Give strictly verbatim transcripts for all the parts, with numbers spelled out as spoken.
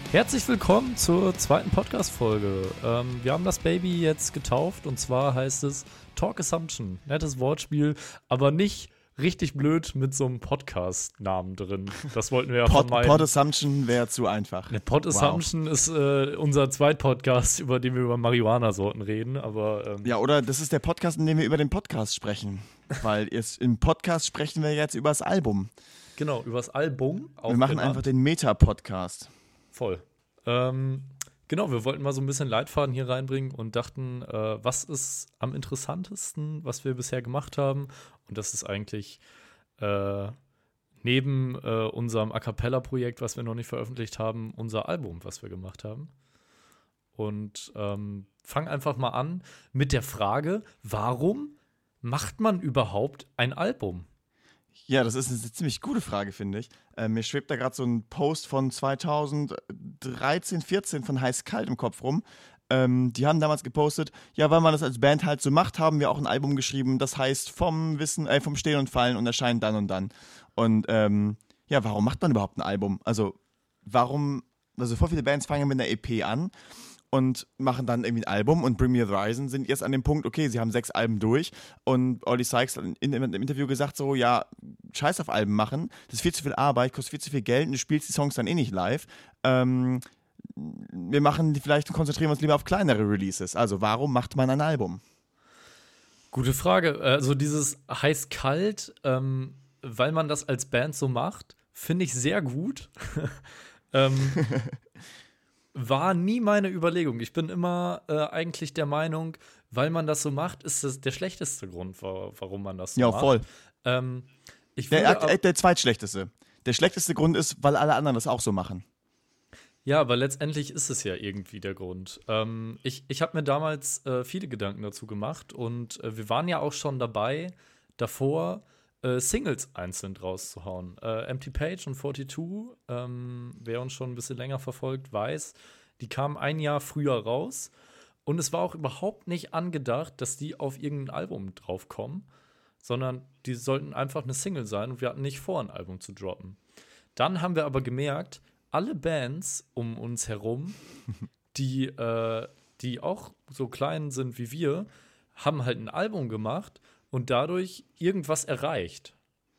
Herzlich willkommen zur zweiten Podcast-Folge. Ähm, wir haben das Baby jetzt getauft und zwar heißt es Talk Assumption. Nettes Wortspiel, aber nicht richtig blöd mit so einem Podcast-Namen drin. Das wollten wir ja Pod, vermeiden. Pod Assumption wäre zu einfach. Ne, Pod Assumption wow. ist äh, unser Zweit-Podcast, über den wir über Marihuana-Sorten reden. Aber, ähm, ja, oder das ist der Podcast, in dem wir über den Podcast sprechen. Weil jetzt im Podcast sprechen wir jetzt über das Album. Genau, über das Album. Wir machen genannt. einfach den Meta-Podcast. Voll. Ähm, genau, wir wollten mal so ein bisschen Leitfaden hier reinbringen und dachten, äh, was ist am interessantesten, was wir bisher gemacht haben? Und das ist eigentlich äh, neben äh, unserem A Cappella-Projekt, was wir noch nicht veröffentlicht haben, unser Album, was wir gemacht haben. Und ähm, fang einfach mal an mit der Frage, warum macht man überhaupt ein Album? Ja, das ist eine ziemlich gute Frage, finde ich. Äh, mir schwebt da gerade so ein Post von zweitausenddreizehn, vierzehn von Heiß Kalt im Kopf rum. Ähm, die haben damals gepostet, ja, weil man das als Band halt so macht, haben wir auch ein Album geschrieben, das heißt vom Wissen, äh, vom Stehen und Fallen und erscheint dann und dann. Und ähm, ja, warum macht man überhaupt ein Album? Also, warum, also voll viele Bands fangen mit einer E P an und machen dann irgendwie ein Album und Bring Me the Horizon sind jetzt an dem Punkt, okay, sie haben sechs Alben durch und Ollie Sykes hat in, in, im Interview gesagt so, ja, scheiß auf Alben machen, das ist viel zu viel Arbeit, kostet viel zu viel Geld und du spielst die Songs dann eh nicht live. Ähm, wir machen die vielleicht und konzentrieren uns lieber auf kleinere Releases. Also warum macht man ein Album? Gute Frage. Also dieses heiß-kalt, ähm, weil man das als Band so macht, finde ich sehr gut. ähm, War nie meine Überlegung. Ich bin immer äh, eigentlich der Meinung, weil man das so macht, ist das der schlechteste Grund, warum man das so ja, macht. Ja, voll. Ähm, ich der, der, der zweitschlechteste. Der schlechteste Grund ist, weil alle anderen das auch so machen. Ja, aber letztendlich ist es ja irgendwie der Grund. Ähm, ich ich habe mir damals äh, viele Gedanken dazu gemacht und äh, wir waren ja auch schon dabei, davor Äh, Singles einzeln rauszuhauen. Äh, Empty Page und zweiundvierzig, ähm, wer uns schon ein bisschen länger verfolgt, weiß, die kamen ein Jahr früher raus und es war auch überhaupt nicht angedacht, dass die auf irgendein Album draufkommen, sondern die sollten einfach eine Single sein und wir hatten nicht vor, ein Album zu droppen. Dann haben wir aber gemerkt, alle Bands um uns herum, die, äh, die auch so klein sind wie wir, haben halt ein Album gemacht und dadurch irgendwas erreicht.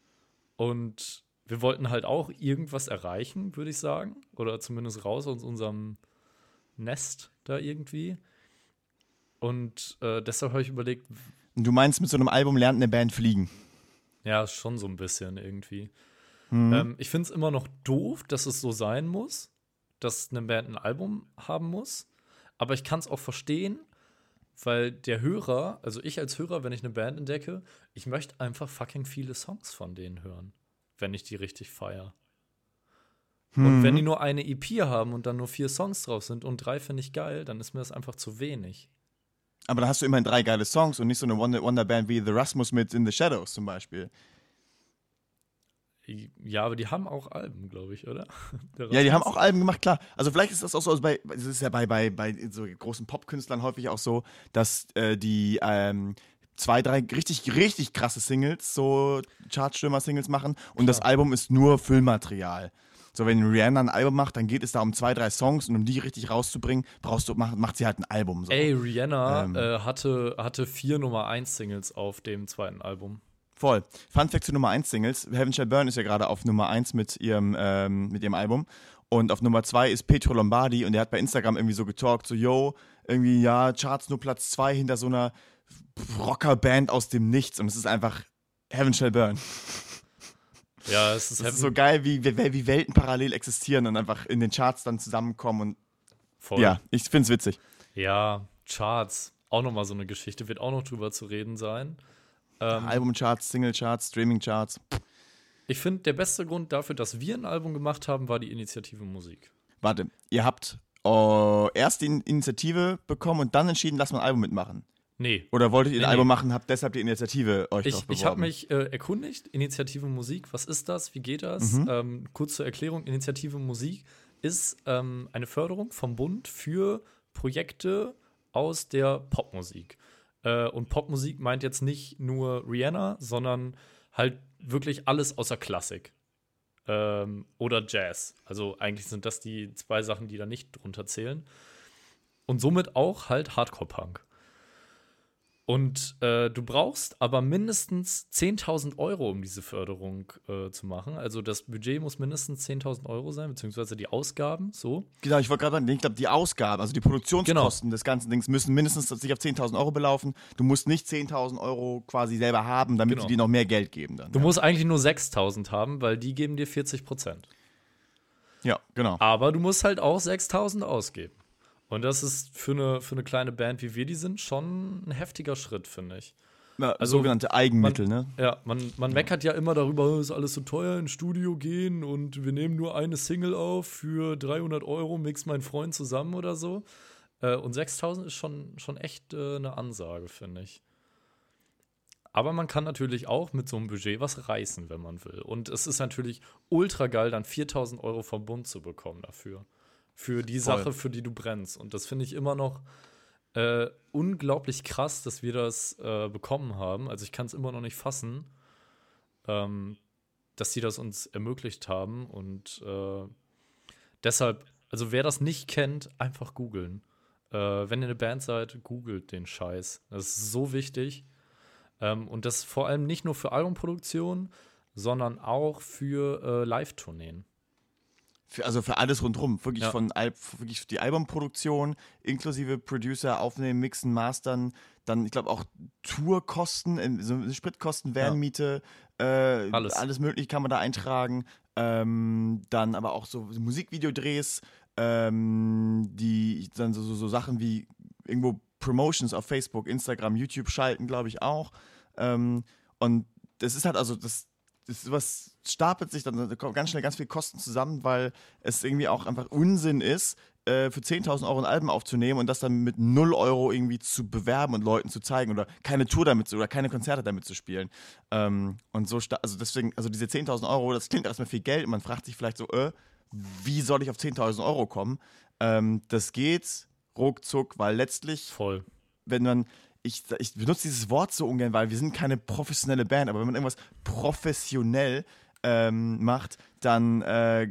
Und wir wollten halt auch irgendwas erreichen, würde ich sagen. Oder zumindest raus aus unserem Nest da irgendwie. Und äh, deshalb habe ich überlegt. Du meinst, mit so einem Album lernt eine Band fliegen? Ja, schon so ein bisschen irgendwie. Mhm. Ähm, ich finde es immer noch doof, dass es so sein muss, dass eine Band ein Album haben muss. Aber ich kann es auch verstehen, weil der Hörer, also ich als Hörer, wenn ich eine Band entdecke, ich möchte einfach fucking viele Songs von denen hören, wenn ich die richtig feiere. Mhm. Und wenn die nur eine E P haben und dann nur vier Songs drauf sind und drei finde ich geil, dann ist mir das einfach zu wenig. Aber dann hast du immerhin drei geile Songs und nicht so eine Wonder- Wonderband wie The Rasmus mit In the Shadows zum Beispiel. Ja, aber die haben auch Alben, glaube ich, oder? Ja, die haben auch Alben gemacht, klar. Also vielleicht ist das auch so, also bei, es ist ja bei, bei, bei so großen Popkünstlern häufig auch so, dass äh, die ähm, zwei, drei richtig, richtig krasse Singles, so Chartstürmer-Singles machen und klar. Das Album ist nur Füllmaterial. So, wenn Rihanna ein Album macht, dann geht es da um zwei, drei Songs und um die richtig rauszubringen, brauchst du, macht, macht sie halt ein Album. So. Ey, Rihanna ähm. äh, hatte, hatte vier Nummer eins Singles auf dem zweiten Album. Voll. Fun Fact zu Nummer eins Singles. Heaven Shall Burn ist ja gerade auf Nummer eins mit ihrem, ähm, mit ihrem Album. Und auf Nummer zwei ist Pietro Lombardi und der hat bei Instagram irgendwie so getalkt, so, yo, irgendwie, ja, Charts nur Platz zwei hinter so einer Rockerband aus dem Nichts. Und es ist einfach Heaven Shall Burn. Ja, es ist, es ist so geil, wie, wie, wie Welten parallel existieren und einfach in den Charts dann zusammenkommen. Und voll. Ja, ich find's witzig. Ja, Charts, auch nochmal so eine Geschichte, wird auch noch drüber zu reden sein. Ähm, Albumcharts, Singlecharts, Streamingcharts. Ich finde, der beste Grund dafür, dass wir ein Album gemacht haben, war die Initiative Musik. Warte, ihr habt uh, erst die Initiative bekommen und dann entschieden, lass mal ein Album mitmachen? Nee. Oder wolltet ihr ein nee, Album nee. machen, habt deshalb die Initiative euch ich, drauf beworben? Ich habe mich äh, erkundigt, Initiative Musik, was ist das, wie geht das? Mhm. Ähm, kurz zur Erklärung, Initiative Musik ist ähm, eine Förderung vom Bund für Projekte aus der Popmusik. Äh, und Popmusik meint jetzt nicht nur Rihanna, sondern halt wirklich alles außer Klassik. ähm, oder Jazz. Also eigentlich sind das die zwei Sachen, die da nicht drunter zählen. Und somit auch halt Hardcore-Punk. Und äh, du brauchst aber mindestens zehntausend Euro, um diese Förderung äh, zu machen. Also das Budget muss mindestens zehntausend Euro sein, beziehungsweise die Ausgaben, so. Genau, ich wollte gerade sagen, ich glaube, die Ausgaben, also die Produktionskosten Genau. des ganzen Dings müssen mindestens sich auf zehntausend Euro belaufen. Du musst nicht zehntausend Euro quasi selber haben, damit Genau. die dir noch mehr Geld geben dann. Du ja. musst eigentlich nur sechstausend haben, weil die geben dir vierzig Prozent. Ja, genau. Aber du musst halt auch sechstausend ausgeben. Und das ist für eine, für eine kleine Band, wie wir die sind, schon ein heftiger Schritt, finde ich. Ja, Also, sogenannte Eigenmittel, man, ne? Ja, man, man meckert ja immer darüber, es ist alles so teuer, ins Studio gehen und wir nehmen nur eine Single auf für dreihundert Euro, mix meinen Freund zusammen oder so. Äh, und sechstausend ist schon, schon echt äh, eine Ansage, finde ich. Aber man kann natürlich auch mit so einem Budget was reißen, wenn man will. Und es ist natürlich ultra geil, dann viertausend Euro vom Bund zu bekommen dafür. Für die Voll. Sache, für die du brennst. Und das finde ich immer noch äh, unglaublich krass, dass wir das äh, bekommen haben. Also ich kann es immer noch nicht fassen, ähm, dass die das uns ermöglicht haben. Und äh, deshalb, also wer das nicht kennt, einfach googeln. Äh, wenn ihr eine Band seid, googelt den Scheiß. Das ist so wichtig. Ähm, und das vor allem nicht nur für Albumproduktion, sondern auch für äh, Live-Tourneen. Für, also für alles rundherum. Wirklich Ja. von Al wirklich die Albumproduktion, inklusive Producer, Aufnehmen, Mixen, Mastern, dann, ich glaube, auch Tourkosten, äh, so Spritkosten, Vanmiete, äh, Alles. alles Mögliche kann man da eintragen. Ähm, dann aber auch so Musikvideodrehs, ähm, die dann so, so, so Sachen wie irgendwo Promotions auf Facebook, Instagram, YouTube schalten, glaube ich auch. Ähm, und das ist halt also, das, das was stapelt sich dann, da kommen ganz schnell ganz viele Kosten zusammen, weil es irgendwie auch einfach Unsinn ist, äh, für zehntausend Euro ein Album aufzunehmen und das dann mit null Euro irgendwie zu bewerben und Leuten zu zeigen oder keine Tour damit zu, oder keine Konzerte damit zu spielen. Ähm, und so, sta- also deswegen, also diese zehntausend Euro, das klingt erstmal viel Geld und man fragt sich vielleicht so, äh, wie soll ich auf zehntausend Euro kommen? Ähm, das geht ruckzuck, weil letztlich Voll. wenn man, ich, ich benutze dieses Wort so ungern, weil wir sind keine professionelle Band, aber wenn man irgendwas professionell ähm, macht, dann äh,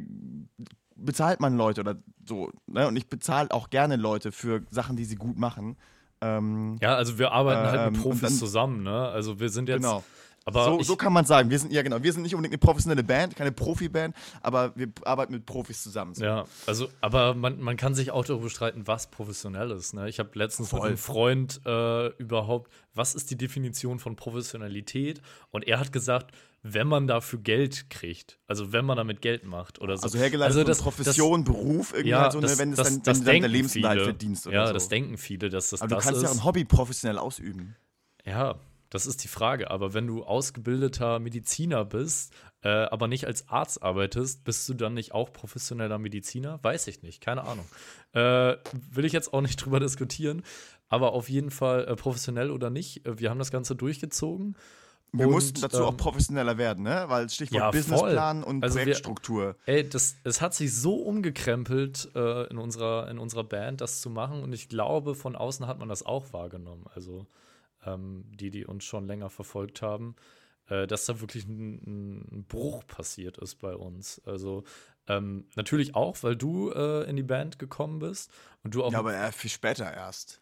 bezahlt man Leute oder so. Ne? Und ich bezahle auch gerne Leute für Sachen, die sie gut machen. Ähm, Ja, also wir arbeiten halt ähm, mit und Profis dann- zusammen, ne? Also wir sind jetzt. genau. Aber so, ich, so kann man sagen. Wir sind, ja genau, wir sind nicht unbedingt eine professionelle Band, keine Profi-Band, aber wir arbeiten mit Profis zusammen. So. ja, also, aber man, man kann sich auch darüber streiten, was professionell ist. Ne? Ich habe letztens Voll. mit einem Freund äh, überhaupt, was ist die Definition von Professionalität? Und er hat gesagt, wenn man dafür Geld kriegt, also wenn man damit Geld macht oder so. Also hergeleitet also von das, Profession, Beruf, irgendwie ja, halt so, ne, das, wenn es das, dann, das wenn du dann der denken Lebensunterhalt viele. verdienst oder Ja, so. das denken viele, dass das aber du das kannst ist. ja auch ein Hobby professionell ausüben. Ja, das ist die Frage. Aber wenn du ausgebildeter Mediziner bist, äh, aber nicht als Arzt arbeitest, bist du dann nicht auch professioneller Mediziner? Weiß ich nicht, keine Ahnung. Äh, will ich jetzt auch nicht drüber diskutieren. Aber auf jeden Fall, äh, professionell oder nicht, äh, wir haben das Ganze durchgezogen. Wir Und, mussten dazu ähm, auch professioneller werden, ne? Weil Stichwort ja, Businessplan voll. und Also wir- Projektstruktur. Ey, das, es hat sich so umgekrempelt äh, in, unserer, in unserer Band, das zu machen. Und ich glaube, von außen hat man das auch wahrgenommen. Also ähm, die, die uns schon länger verfolgt haben, äh, dass da wirklich ein, ein Bruch passiert ist bei uns. Also ähm, natürlich auch, weil du äh, in die Band gekommen bist und du auch Ja, aber äh, viel später erst.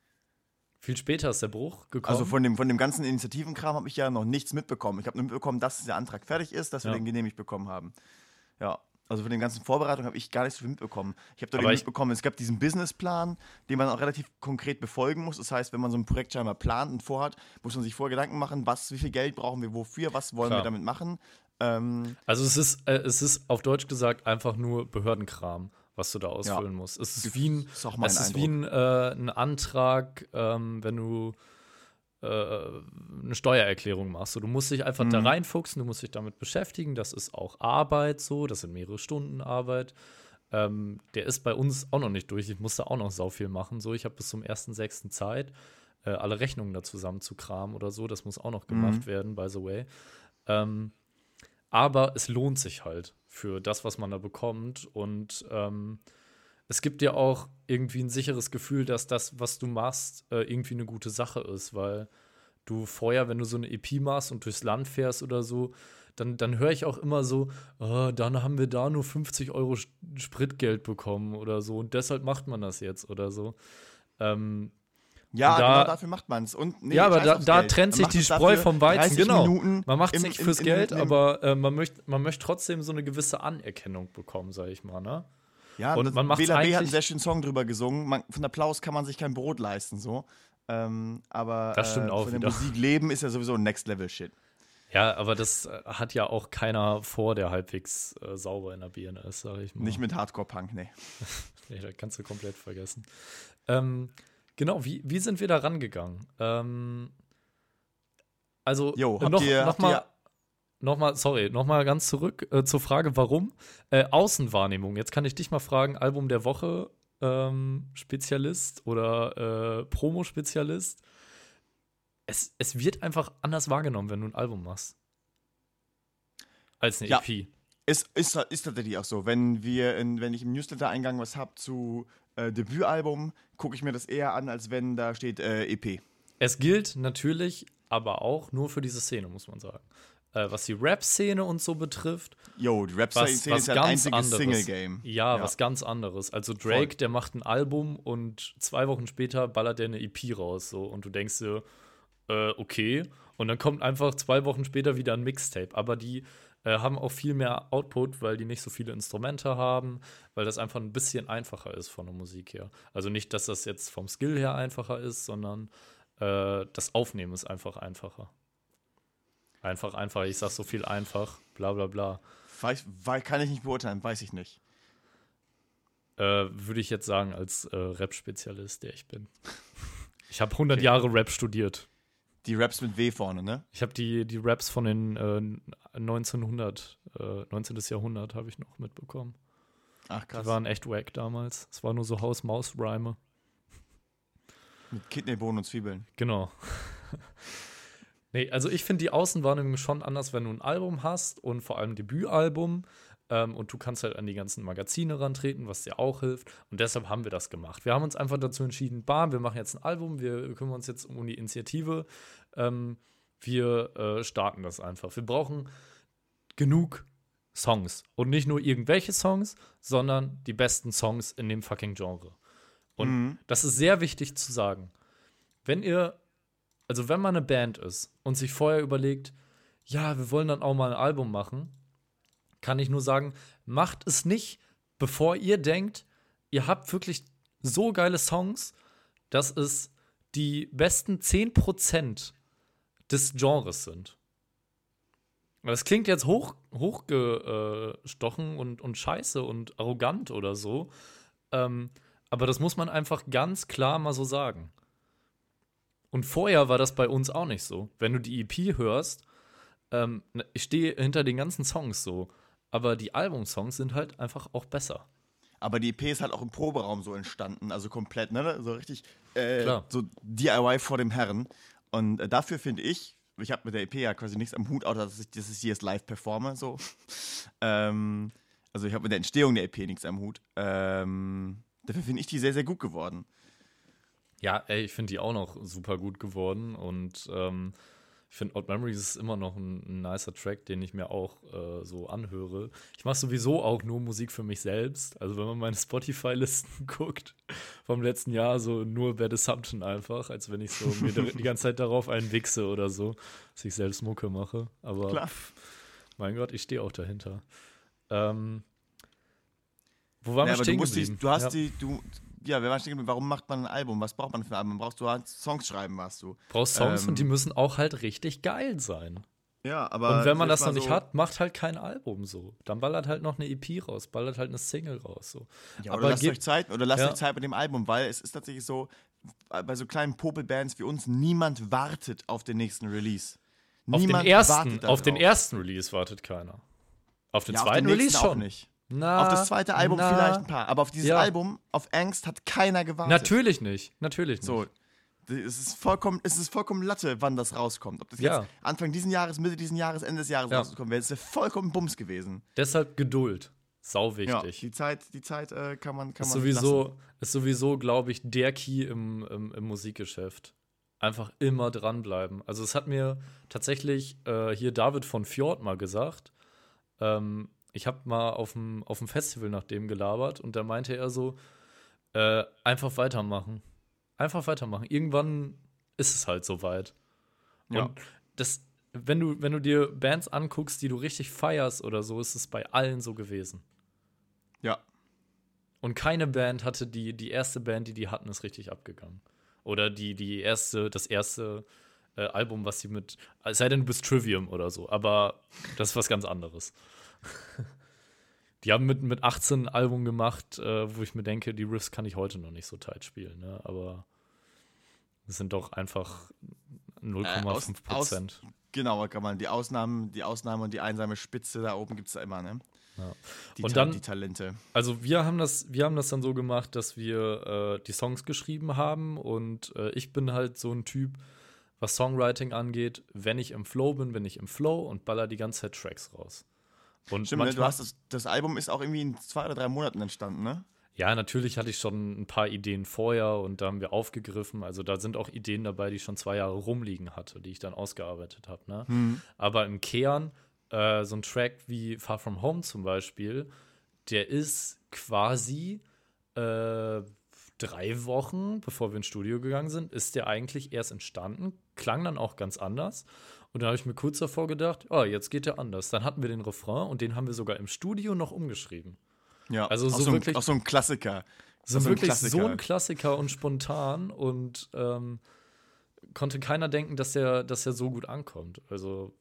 viel später ist der Bruch gekommen. Also von dem, von dem ganzen Initiativenkram habe ich ja noch nichts mitbekommen. Ich habe nur mitbekommen, dass der Antrag fertig ist, dass wir Ja. den genehmigt bekommen haben. Ja, also von den ganzen Vorbereitungen habe ich gar nicht so viel mitbekommen. Ich habe Aber da ich- mitbekommen, es gab diesen Businessplan, den man auch relativ konkret befolgen muss. Das heißt, wenn man so ein Projekt scheinbar plant und vorhat, muss man sich vorher Gedanken machen, was, wie viel Geld brauchen wir wofür, was wollen Klar. wir damit machen. Ähm, Also es ist, äh, es ist auf Deutsch gesagt einfach nur Behördenkram, was du da ausfüllen musst. Es ist wie ein, ist auch mein es ist wie ein, äh, ein Antrag, ähm, wenn du äh, eine Steuererklärung machst. So, du musst dich einfach da Mhm. reinfuchsen, du musst dich damit beschäftigen. Das ist auch Arbeit so, das sind mehrere Stunden Arbeit. Ähm, der ist bei uns auch noch nicht durch. Ich musste auch noch sau viel machen. So, ich habe bis zum ersten sechsten Zeit, äh, alle Rechnungen da zusammen zu kramen oder so. Das muss auch noch gemacht Mhm. werden, by the way. Ähm, aber es lohnt sich halt für das, was man da bekommt. Und ähm, es gibt dir auch irgendwie ein sicheres Gefühl, dass das, was du machst, äh, irgendwie eine gute Sache ist, weil du vorher, wenn du so eine E P machst und durchs Land fährst oder so, dann, dann höre ich auch immer so, oh, dann haben wir da nur fünfzig Euro Spritgeld bekommen oder so und deshalb macht man das jetzt oder so. Ähm, Ja, da, genau dafür macht man es. Nee, ja, aber scheiß da, aufs da Geld. trennt Man sich macht die es Spreu dafür vom Weizen, dreißig genau. Minuten Man macht es im- nicht im- fürs im- Geld, im- aber äh, man möchte man möchte trotzdem so eine gewisse Anerkennung bekommen, sag ich mal, ne? Ja, Und das, man macht's W L A B hat einen eigentlich- sehr schönen Song drüber gesungen. Man, von Applaus kann man sich kein Brot leisten, so. Ähm, aber Das stimmt äh, auch von der wieder. Musik leben ist ja sowieso Next-Level-Shit. Ja, aber das äh, hat ja auch keiner vor, der halbwegs äh, sauber in der Birne ist, sag ich mal. Nicht mit Hardcore-Punk, nee. Nee, da kannst du komplett vergessen. Ähm, genau, wie, wie sind wir da rangegangen? Ähm, also, Jo, äh, habt noch, ihr- noch habt mal, ihr- noch mal, sorry, noch mal ganz zurück äh, zur Frage, warum? Äh, Außenwahrnehmung. Jetzt kann ich dich mal fragen, Album der Woche, ähm, Spezialist oder äh, Promo-Spezialist. Es, es wird einfach anders wahrgenommen, wenn du ein Album machst. Als eine Ja. E P. Ist, ist, ist tatsächlich auch so. Wenn, wir in, wenn ich im Newsletter-Eingang was habe zu äh, Debütalbum, gucke ich mir das eher an, als wenn da steht äh, E P. Es gilt natürlich aber auch nur für diese Szene, muss man sagen. Äh, was die Rap-Szene und so betrifft, Jo, die was, Rap-Szene was ist ja ein ganz einziges anderes. Single-Game. Ja, Ja. was ganz anderes. Also Drake, Voll. der macht ein Album und zwei Wochen später ballert er eine E P raus. So, und du denkst dir, äh, okay. Und dann kommt einfach zwei Wochen später wieder ein Mixtape. Aber die äh, haben auch viel mehr Output, weil die nicht so viele Instrumente haben, weil das einfach ein bisschen einfacher ist von der Musik her. Also nicht, dass das jetzt vom Skill her einfacher ist, sondern äh, das Aufnehmen ist einfach einfacher. Einfach, einfach, ich sag so viel einfach, bla bla bla. Weiß, weil, kann ich nicht beurteilen, weiß ich nicht. Äh, würde ich jetzt sagen, als äh, Rap-Spezialist, der ich bin. Ich habe hundert Okay. Jahre Rap studiert. Die Raps mit W vorne, ne? Ich habe die, die Raps von den äh, neunzehnhundert, äh, neunzehnten. Jahrhundert habe ich noch mitbekommen. Ach krass. Die waren echt wack damals. Es war nur so Haus-Maus-Reime. Mit Kidneybohnen und Zwiebeln. Genau. Nee, also ich finde die Außenwahrnehmung schon anders, wenn du ein Album hast und vor allem ein Debütalbum. Ähm, und du kannst halt an die ganzen Magazine rantreten, was dir auch hilft. Und deshalb haben wir das gemacht. Wir haben uns einfach dazu entschieden, bam, wir machen jetzt ein Album, wir kümmern uns jetzt um die Initiative. Ähm, wir äh, starten das einfach. Wir brauchen genug Songs. Und nicht nur irgendwelche Songs, sondern die besten Songs in dem fucking Genre. Und Mhm. das ist sehr wichtig zu sagen. Wenn ihr, also wenn man eine Band ist und sich vorher überlegt, ja, wir wollen dann auch mal ein Album machen, kann ich nur sagen, macht es nicht, bevor ihr denkt, ihr habt wirklich so geile Songs, dass es die besten zehn Prozent des Genres sind. Das klingt jetzt hoch, hochgestochen und, und scheiße und arrogant oder so. Ähm, aber das muss man einfach ganz klar mal so sagen. Und vorher war das bei uns auch nicht so. Wenn du die E P hörst, ähm, ich stehe hinter den ganzen Songs so. Aber die Albumsongs sind halt einfach auch besser. Aber die E P ist halt auch im Proberaum so entstanden, also komplett, ne? So richtig äh, Klar. so D I Y vor dem Herren. Und äh, dafür finde ich, ich habe mit der E P ja quasi nichts am Hut, außer dass ich, dass ich die jetzt live performe, so. ähm, also ich habe mit der Entstehung der E P nichts am Hut. Ähm, dafür finde ich die sehr, sehr gut geworden. Ja, ey, ich finde die auch noch super gut geworden. Und ähm, ich finde, Old Memories ist immer noch ein, ein nicer Track, den ich mir auch äh, so anhöre. Ich mache sowieso auch nur Musik für mich selbst. Also wenn man meine Spotify-Listen guckt vom letzten Jahr, so nur Bad Assumption einfach, als wenn ich so mir die ganze Zeit darauf einen wichse oder so, dass ich selbst Mucke mache. Aber Klar. pff, mein Gott, ich stehe auch dahinter. Ähm, wo waren Ja, wir aber du, stehen musst die, geblieben? du hast Ja. die, du, ja, wir waren stehen geblieben, warum macht man ein Album? Was braucht man für ein Album? Brauchst du halt Songs schreiben, was du. Brauchst Songs Ähm, und die müssen auch halt richtig geil sein. Ja, aber. Und wenn man jetzt das noch mal nicht so- hat, macht halt kein Album so. Dann ballert halt noch eine E P raus, ballert halt eine Single raus. So. Ja, Aber oder lasst gib- euch Zeit, oder lasst Ja. euch Zeit mit dem Album, weil es ist tatsächlich so, bei so kleinen Popelbands wie uns, niemand wartet auf den nächsten Release. Auf den, Niemand ersten, wartet auf den darauf. ersten Release wartet keiner. Auf den Ja, auf zweiten den Release nächsten auch schon. nicht. Na, Auf das zweite Album na, vielleicht ein paar, aber auf dieses Ja. Album, auf Angst, hat keiner gewartet. Natürlich nicht. Natürlich nicht. So, es ist vollkommen, es ist vollkommen Latte, wann das rauskommt. Ob das Ja. jetzt Anfang diesen Jahres, Mitte diesen Jahres, Ende des Jahres Ja. rauskommen wäre, das wäre vollkommen Bums gewesen. Deshalb Geduld. Sau Ja, wichtig. die Zeit, die Zeit äh, kann man, kann ist man sich lassen. sowieso, ist sowieso, glaube ich, der Key im, im, im Musikgeschäft. einfach immer dranbleiben. Also es hat mir tatsächlich äh, hier David von Fjord mal gesagt, ähm, ich habe mal auf dem auf dem Festival nach dem gelabert und da meinte er so, äh, einfach weitermachen. Einfach weitermachen. Irgendwann ist es halt soweit. Ja. Und das, wenn du, wenn du dir Bands anguckst, die du richtig feierst oder so, ist es bei allen so gewesen. Ja. Und keine Band hatte die, die erste Band, die die hatten, ist richtig abgegangen. Oder die, die erste, das erste äh, Album, was sie mit, es sei denn, du bist Trivium oder so, aber das ist was ganz anderes. Die haben mit, mit achtzehn ein Album gemacht, äh, wo ich mir denke, die Riffs kann ich heute noch nicht so tight spielen, ne? Aber es sind doch einfach null Komma fünf Prozent. Äh, aus, aus, genau, kann man die Ausnahmen, die Ausnahme und die einsame Spitze da oben gibt es da immer, ne? Ja. Die, Und Ta- dann, die Talente. Also wir haben das, wir haben das dann so gemacht, dass wir äh, die Songs geschrieben haben und äh, ich bin halt so ein Typ, was Songwriting angeht, wenn ich im Flow bin, bin ich im Flow und baller die ganze Zeit Tracks raus. Und Stimmt, ne? manchmal, Du hast das, das Album ist auch irgendwie in zwei oder drei Monaten entstanden, ne? ja, natürlich hatte ich schon ein paar Ideen vorher und da haben wir aufgegriffen. Also da sind auch Ideen dabei, die ich schon zwei Jahre rumliegen hatte, die ich dann ausgearbeitet habe. Ne? Hm. Aber im Kern, äh, so ein Track wie Far From Home zum Beispiel, der ist quasi äh, drei Wochen, bevor wir ins Studio gegangen sind, ist der eigentlich erst entstanden, klang dann auch ganz anders. Und dann habe ich mir kurz davor gedacht, oh, jetzt geht der anders. Dann hatten wir den Refrain und den haben wir sogar im Studio noch umgeschrieben. Ja, Also auch, so so ein, wirklich- auch so ein Klassiker. So Auch so ein wirklich Klassiker. so ein Klassiker und spontan und ähm, konnte keiner denken, dass der, dass der so gut ankommt. Also,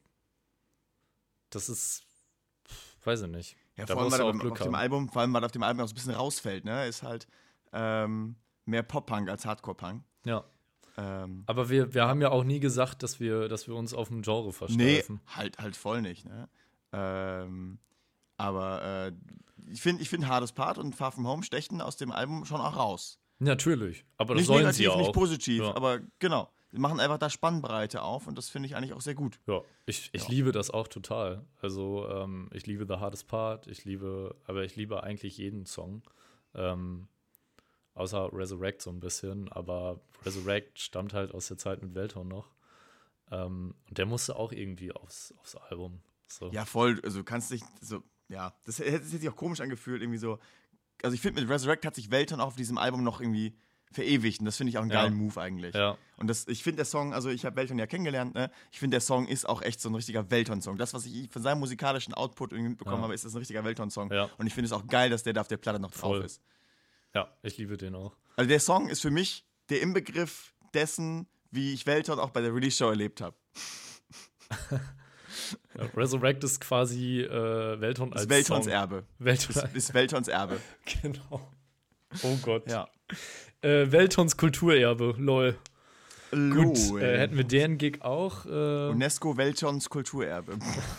das ist, weiß ich nicht. Ja, Da vor allem, brauchst weil du er auch Glück auf dem haben. Album, vor allem, weil auf dem Album auch so ein bisschen rausfällt, ne? Ist halt ähm, mehr Pop-Punk als Hardcore-Punk. Ja. Ähm, Aber wir, wir haben ja auch nie gesagt, dass wir, dass wir uns auf dem Genre nee, versteifen. halt, halt voll nicht, ne? Ähm, aber äh, ich finde, ich find Hardest Part und Far From Home stechen aus dem Album schon auch raus. Natürlich. Aber das Nicht sollen negativ, sie ja auch. nicht positiv, Ja. aber genau. Sie machen einfach da Spannbreite auf und das finde ich eigentlich auch sehr gut. Ja, ich, ich Ja. liebe das auch total. Also, ähm, ich liebe The Hardest Part, ich liebe, aber ich liebe eigentlich jeden Song. Ähm, außer Resurrect so ein bisschen, aber Resurrect stammt halt aus der Zeit mit Welthorn noch. Ähm, und der musste auch irgendwie aufs, aufs Album. So. Ja, voll. Also du kannst dich so, ja, das hätte hätte sich auch komisch angefühlt, irgendwie so. Also ich finde, mit Resurrect hat sich Welton auch auf diesem Album noch irgendwie verewigt und das finde ich auch einen Ja. geilen Move eigentlich. Ja, Und das, ich finde der Song, also ich habe Welton ja kennengelernt, ne? Ich finde der Song ist auch echt so ein richtiger Welton-Song. Das, was ich von seinem musikalischen Output irgendwie mitbekommen Ja. habe, ist das ein richtiger Welton-Song. Ja. Und ich finde es auch geil, dass der da auf der Platte noch drauf Voll. ist. ja, ich liebe den auch. Also der Song ist für mich der Inbegriff dessen, wie ich Welton auch bei der Release-Show erlebt habe. Ja, Resurrect ist quasi äh, Welthorn als Ist Weltons Song. Erbe. Welthorn, Ist, ist Weltons Erbe. genau. Oh Gott. Ja. Äh, Welthorns Kulturerbe, lol. Gut, Lol. äh, hätten wir deren Gig auch. Äh, UNESCO Weltons Kulturerbe.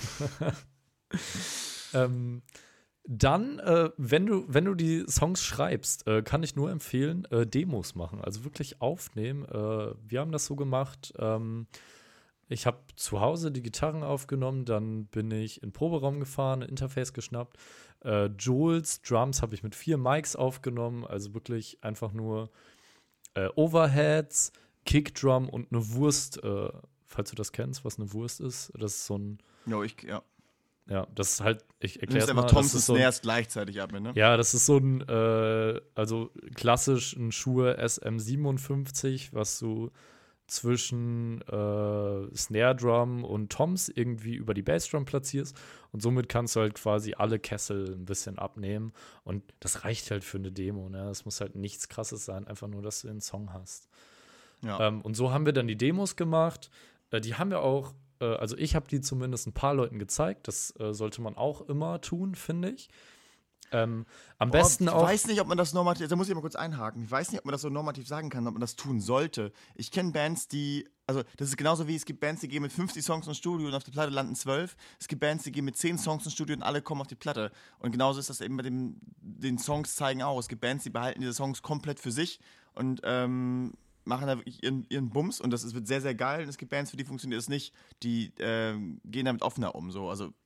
ähm, dann, äh, wenn du, wenn du die Songs schreibst, äh, kann ich nur empfehlen, äh, Demos machen. Also wirklich aufnehmen. Äh, wir haben das so gemacht. Ähm, ich habe zu Hause die Gitarren aufgenommen, dann bin ich in den Proberaum gefahren, ein Interface geschnappt. Äh, Jules Drums habe ich mit vier Mics aufgenommen, also wirklich einfach nur äh, Overheads, Kickdrum und eine Wurst. Äh, falls du das kennst, was eine Wurst ist, das ist so ein, Jo, ich, ja. ja, das ist halt, ich Du erkläre nimmst es mal. einfach Das Thompson ist so ein, Snares gleichzeitig ab, ne? ja, das ist so ein, äh, also klassisch ein Shure S M siebenundfünfzig, was du zwischen äh, Snare Drum und Toms irgendwie über die Bassdrum platzierst und somit kannst du halt quasi alle Kessel ein bisschen abnehmen und das reicht halt für eine Demo, ne? Das muss halt nichts Krasses sein, einfach nur, dass du den Song hast. Ja. Ähm, und so haben wir dann die Demos gemacht. Äh, die haben wir auch, äh, also ich habe die zumindest ein paar Leuten gezeigt. Das äh, sollte man auch immer tun, finde ich. Ähm, am besten oh, ich auch. Ich weiß nicht, ob man das normativ, da muss ich mal kurz einhaken. Ich weiß nicht, ob man das so normativ sagen kann, ob man das tun sollte. Ich kenne Bands, die, also das ist genauso wie es gibt Bands, die gehen mit fünfzig Songs ins Studio und auf der Platte landen zwölf. Es gibt Bands, die gehen mit zehn Songs ins Studio und alle kommen auf die Platte. Und genauso ist das eben bei dem, den Songs zeigen auch. Es gibt Bands, die behalten diese Songs komplett für sich und ähm, machen da wirklich ihren, ihren Bums und das ist, wird sehr, sehr geil. Und es gibt Bands, für die funktioniert das nicht. Die ähm, gehen damit offener um. So. Also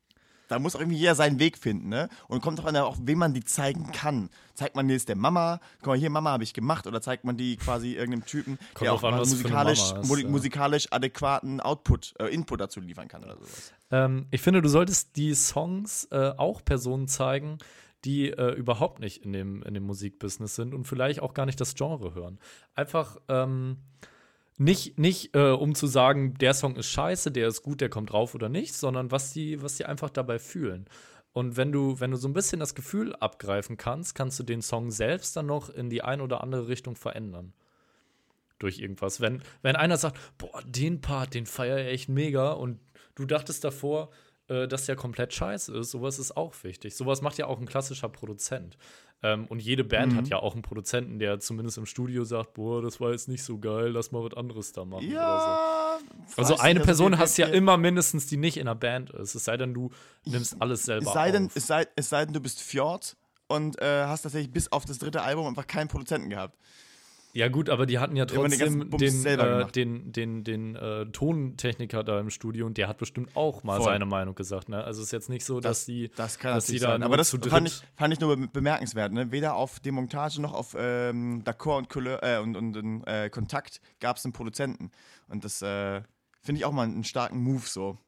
da muss auch irgendwie jeder seinen Weg finden, ne? Und kommt auch an, auch wem man die zeigen kann. Zeigt man die jetzt der Mama, guck mal, hier, Mama habe ich gemacht, oder zeigt man die quasi irgendeinem Typen, Kommt der drauf auch an, mal was für eine musikalisch, Mama ist, mu- ja. musikalisch adäquaten Output, äh, Input dazu liefern kann oder sowas. Ähm, ich finde, du solltest die Songs äh, auch Personen zeigen, die äh, überhaupt nicht in dem, in dem Musikbusiness sind und vielleicht auch gar nicht das Genre hören. Einfach ähm, nicht, nicht äh, um zu sagen, der Song ist scheiße, der ist gut, der kommt drauf oder nicht, sondern was die, was die einfach dabei fühlen. Und wenn du, wenn du so ein bisschen das Gefühl abgreifen kannst, kannst du den Song selbst dann noch in die eine oder andere Richtung verändern. Durch irgendwas. Wenn, wenn einer sagt, boah, den Part, den feiere ich echt mega und du dachtest davor, äh, dass der komplett scheiße ist, sowas ist auch wichtig. Sowas macht ja auch ein klassischer Produzent. Ähm, und jede Band Mhm. hat ja auch einen Produzenten, der zumindest im Studio sagt, boah, das war jetzt nicht so geil, lass mal was anderes da machen oder Ja. so. Also weiß eine nicht, Person wir- hast du ja wir- immer mindestens, die nicht in einer Band ist. Es sei denn, du nimmst alles selber Es sei denn, auf. es sei, es sei denn, du bist Fjord und äh, hast tatsächlich bis auf das dritte Album einfach keinen Produzenten gehabt. Ja gut, aber die hatten ja haben den ganzen trotzdem Bums den, selber äh, gemacht. den, den, den äh, Tontechniker da im Studio und der hat bestimmt auch mal Voll. seine Meinung gesagt. Ne? Also es ist jetzt nicht so, dass die Das kann dass die natürlich da sein. nur Aber das zu dritt- fand ich, fand ich nur be- bemerkenswert. Ne? Weder auf Demontage noch auf ähm, D'accord und, Couleur, äh, und, und, und äh, Kontakt gab es einen Produzenten. Und das äh, finde ich auch mal einen starken Move so.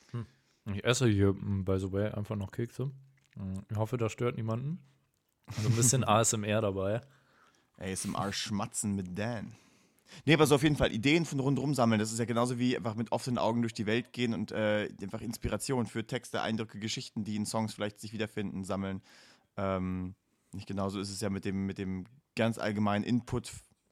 Ich esse hier, mm, by the way, einfach noch Kekse. Mm, Ich hoffe, das stört niemanden. Also ein bisschen A S M R dabei. A S M R schmatzen mit Dan. Nee, aber so auf jeden Fall Ideen von rundherum sammeln. Das ist ja genauso wie einfach mit offenen Augen durch die Welt gehen und äh, einfach Inspiration für Texte, Eindrücke, Geschichten, die in Songs vielleicht sich wiederfinden, sammeln. Ähm, nicht genauso ist es ja mit dem, mit dem ganz allgemeinen Input.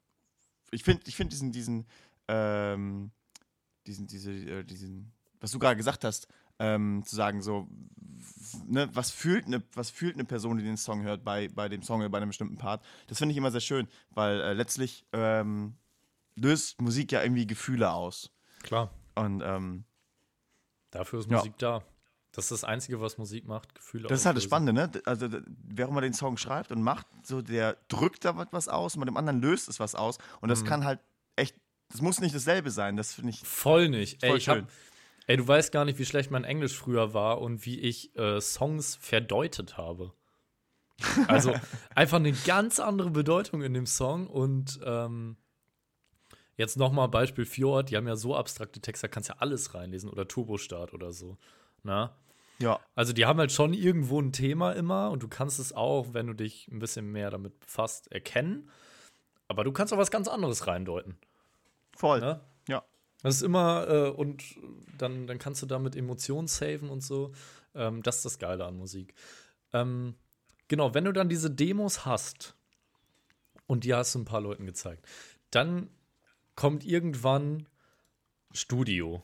Ich finde ich find diesen, diesen, ähm, diesen, diese, äh, diesen, was du gerade gesagt hast, ähm, zu sagen, so, ne, was fühlt eine, was fühlt eine Person, die den Song hört, bei, bei dem Song oder bei einem bestimmten Part. Das finde ich immer sehr schön, weil äh, letztlich ähm, löst Musik ja irgendwie Gefühle aus. Klar, Und ähm, dafür ist Ja. Musik da. Das ist das Einzige, was Musik macht, Gefühle das ist halt das auslösen. Spannende, ne? Also, d- wer auch immer den Song schreibt und macht, so der drückt da was aus und bei dem anderen löst es was aus. Und das Mhm. kann halt echt, das muss nicht dasselbe sein. Das finde ich Voll nicht. Ey, voll ich hab, schön. ey, du weißt gar nicht, wie schlecht mein Englisch früher war und wie ich äh, Songs verdeutet habe. Also einfach eine ganz andere Bedeutung in dem Song und ähm, jetzt nochmal Beispiel Fjord, die haben ja so abstrakte Texte, da kannst ja alles reinlesen oder Turbostart oder so. Na? Ja, Also die haben halt schon irgendwo ein Thema immer und du kannst es auch, wenn du dich ein bisschen mehr damit befasst, erkennen. Aber du kannst auch was ganz anderes reindeuten. voll. Ne? Ja. Das ist immer, äh, und dann, dann kannst du damit Emotionen saven und so. Ähm, das ist das Geile an Musik. Ähm, genau, wenn du dann diese Demos hast und die hast du ein paar Leuten gezeigt, dann kommt irgendwann Studio.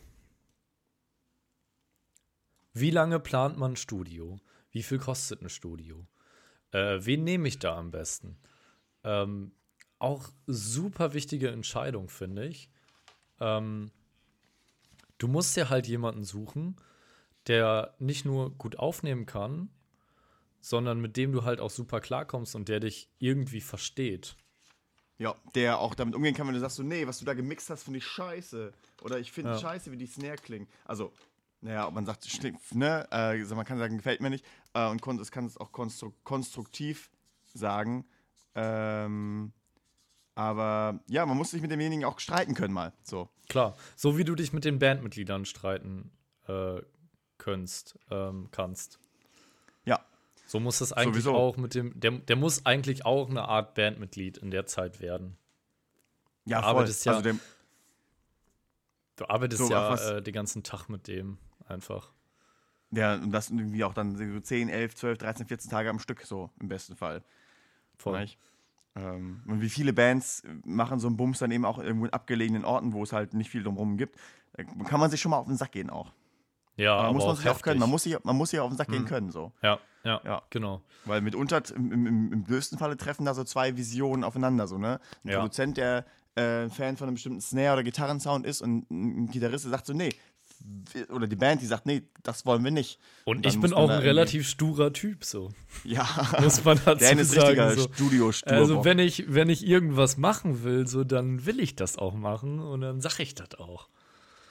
Wie lange plant man ein Studio? Wie viel kostet ein Studio? Äh, wen nehme ich da am besten? Ähm, auch super wichtige Entscheidung, finde ich. Ähm, du musst dir halt jemanden suchen, der nicht nur gut aufnehmen kann, sondern mit dem du halt auch super klarkommst und der dich irgendwie versteht. Ja, der auch damit umgehen kann, wenn du sagst, so, nee, was du da gemixt hast, finde ich scheiße. Oder ich finde Ja. scheiße, wie die Snare klingen. Also, naja, man sagt, schli- ne, äh, also man kann sagen, gefällt mir nicht. Äh, und kon- es kann es auch konstru konstruktiv sagen. Ähm, aber ja, man muss sich mit demjenigen auch streiten können mal. So. Klar, so wie du dich mit den Bandmitgliedern streiten äh, kannst, ähm, kannst. Ja. So muss das eigentlich Sowieso. auch mit dem, der, der muss eigentlich auch eine Art Bandmitglied in der Zeit werden. Ja, Du voll. arbeitest ja- Also der, Du arbeitest So, ja was- äh, den ganzen Tag mit dem einfach. ja, und das irgendwie auch dann so zehn, elf, zwölf, dreizehn, vierzehn Tage am Stück, so im besten Fall. Voll. Nicht? Ähm, und wie viele Bands machen so einen Bums dann eben auch irgendwo in abgelegenen Orten, wo es halt nicht viel drumherum gibt. Da kann man sich schon mal auf den Sack gehen auch. Ja, Aber aber muss man auch sich auch heftig. können. Man muss sich, man muss sich auf den Sack gehen Mhm. können. So. Ja, ja, Ja. genau. Weil mitunter, im, im, im blödsten Falle treffen da so zwei Visionen aufeinander. So, ne? Ein Ja. Produzent, der äh, Fan von einem bestimmten Snare- oder Gitarrensound ist und ein Gitarrist, der sagt so, nee. Oder die Band, die sagt, nee, das wollen wir nicht. Und dann ich muss bin man auch da ein irgendwie- relativ sturer Typ, so. Ja, Muss man dazu Dan ist sagen. richtiger So. Studio-Sturbock. Also, wenn ich, wenn ich irgendwas machen will, so, dann will ich das auch machen und dann sag ich das auch.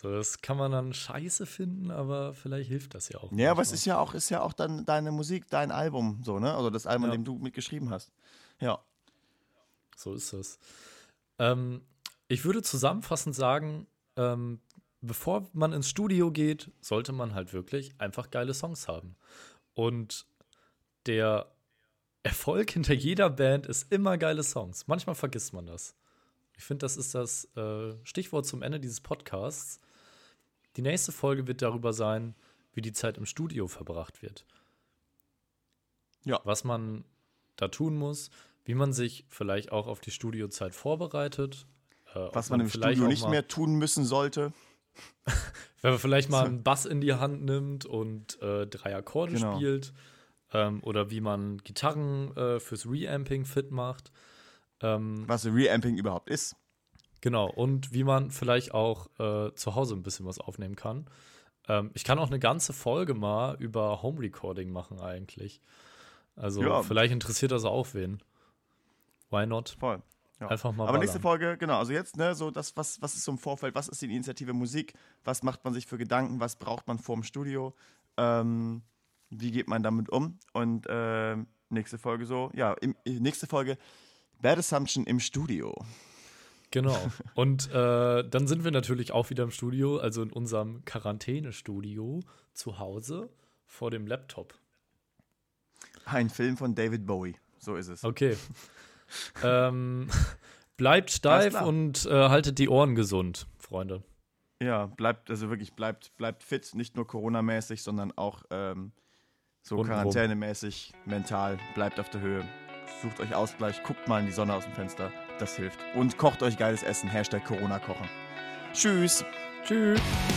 So, das kann man dann scheiße finden, aber vielleicht hilft das ja auch. Ja, aber es manchmal. ist ja auch, ist ja auch dann deine Musik, dein Album, so, ne? Also das Album, Ja. an dem du mitgeschrieben hast. Ja. So ist es. Ähm, ich würde zusammenfassend sagen, ähm, bevor man ins Studio geht, sollte man halt wirklich einfach geile Songs haben. Und der Erfolg hinter jeder Band ist immer geile Songs. Manchmal vergisst man das. Ich finde, das ist das äh, Stichwort zum Ende dieses Podcasts. Die nächste Folge wird darüber sein, wie die Zeit im Studio verbracht wird. Ja. Was man da tun muss, wie man sich vielleicht auch auf die Studiozeit vorbereitet. Äh, ob Was man im vielleicht Studio auch nicht mal, mehr tun müssen sollte. Wenn man vielleicht mal So. einen Bass in die Hand nimmt und äh, drei Akkorde Genau. spielt. Ähm, oder wie man Gitarren äh, fürs Reamping fit macht. Ähm, Was Reamping überhaupt ist. Genau, und wie man vielleicht auch äh, zu Hause ein bisschen was aufnehmen kann. Ähm, ich kann auch eine ganze Folge mal über Home Recording machen eigentlich. Also Ja. vielleicht interessiert das auch wen. Why not? Voll. Ja. Einfach mal Aber nächste ballern. Folge, genau, also jetzt, ne, so das, was, was ist so im Vorfeld, was ist die Initiative Musik, was macht man sich für Gedanken, was braucht man vorm Studio, ähm, wie geht man damit um? Und ähm, nächste Folge so, ja, im, nächste Folge Bad Assumption im Studio. Genau. Und äh, dann sind wir natürlich auch wieder im Studio, also in unserem Quarantänestudio zu Hause vor dem Laptop. Ein Film von David Bowie, so ist es. Okay. ähm, bleibt Alles steif klar. und äh, haltet die Ohren gesund, Freunde. Ja, bleibt, also wirklich, bleibt, bleibt fit, nicht nur Corona-mäßig, sondern auch ähm, so Untenrum. Quarantänemäßig, mental, bleibt auf der Höhe. Sucht euch Ausgleich, guckt mal in die Sonne aus dem Fenster, das hilft. Und kocht euch geiles Essen, Hashtag Corona kochen. Tschüss! Tschüss.